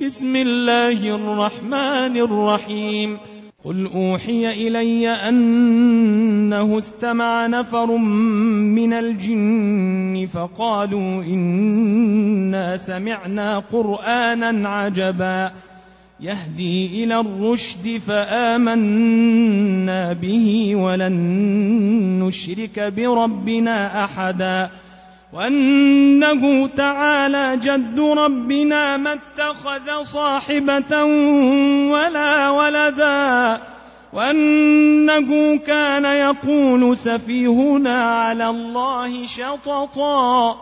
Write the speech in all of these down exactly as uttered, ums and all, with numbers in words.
بسم الله الرحمن الرحيم قل أوحي إلي أنه استمع نفر من الجن فقالوا إنا سمعنا قرآنا عجبا يهدي إلى الرشد فآمنا به ولن نشرك بربنا أحدا وأنه تعالى جد ربنا ما اتخذ صاحبة ولا ولدا وأنه كان يقول سفيهنا على الله شططا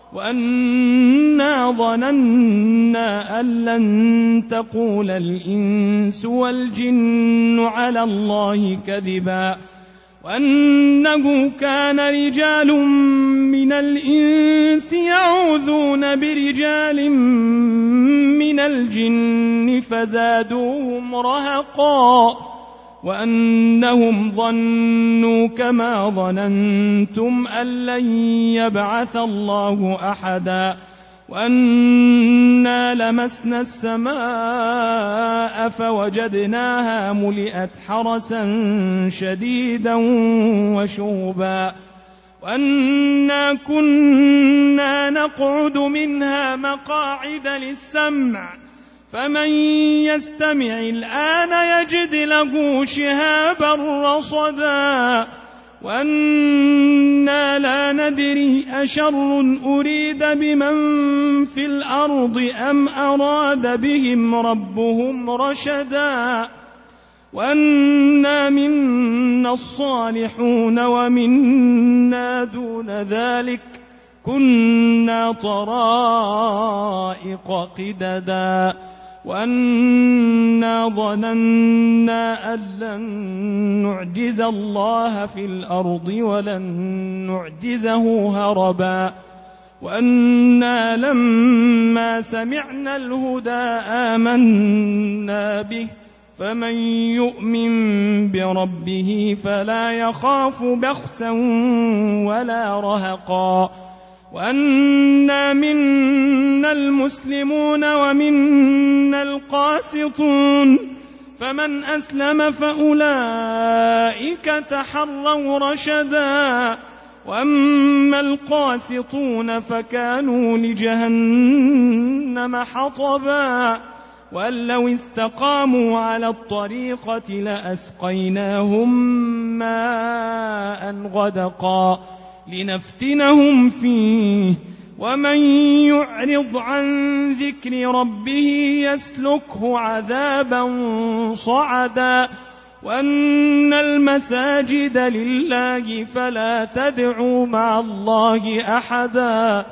وأنا ظننا أن لن تقول الإنس والجن على الله كذبا وأنه كان رجال من الإنس يعوذون برجال من الجن فزادوهم رهقا وأنهم ظنوا كما ظننتم أن لن يبعث الله أحدا وأنا لمسنا السماء فوجدناها ملئت حرسا شديدا وشهبا وأنا كنا نقعد منها مقاعد للسمع فمن يستمع الآن يجد له شهابا رصدا وأنا لا ندري أشر أريد بمن في الأرض أم أراد بهم ربهم رشدا وأنا منا الصالحون ومنا دون ذلك كنا طرائق قددا وأنا ظننا أن لن نعجز الله في الأرض ولن نعجزه هربا وأنا لما سمعنا الهدى آمنا به فمن يؤمن بربه فلا يخاف بخسا ولا رهقا وأنا منا المسلمون ومنا القاسطون فمن أسلم فأولئك تحروا رشدا وأما القاسطون فكانوا لجهنم حطبا وأن لو استقاموا على الطريقة لأسقيناهم ماء غدقا لنفتنهم فيه ومن يعرض عن ذكر ربه يسلكه عذابا صعدا وأن المساجد لله فلا تدعوا مع الله أحدا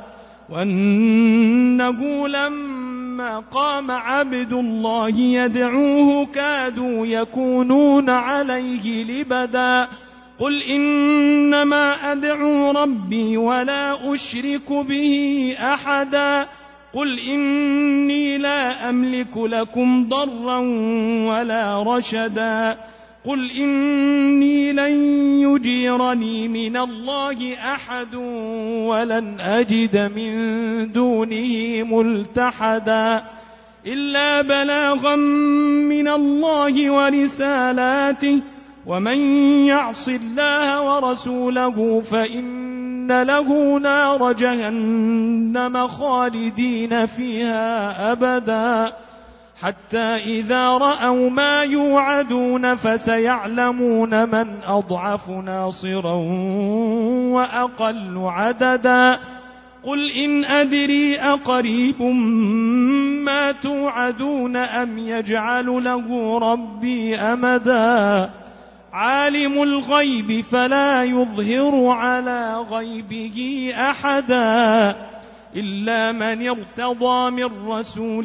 وأنه لما قام عبد الله يدعوه كادوا يكونون عليه لبدا قل إنما أدعو ربي ولا أشرك به أحدا قل إني لا أملك لكم ضرا ولا رشدا قل إني لن يجيرني من الله أحد ولن أجد من دونه ملتحدا إلا بلاغا من الله ورسالاته ومن يعص الله ورسوله فإن له نار جهنم خالدين فيها أبدا حتى إذا رأوا ما يوعدون فسيعلمون من أضعف ناصرا وأقل عددا قل إن أدري أقريب ما توعدون أم يجعل له ربي أمدا عالم الغيب فلا يظهر على غيبه أحدا إلا من ارتضى من رسول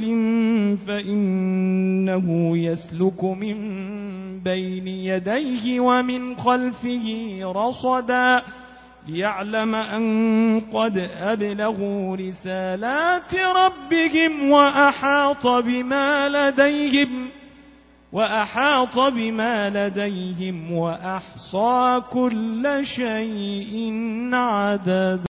فإنه يسلك من بين يديه ومن خلفه رصدا ليعلم أن قد أبلغوا رسالات ربهم وأحاط بما لديهم وأحاط بما لديهم وأحصى كل شيء عددا.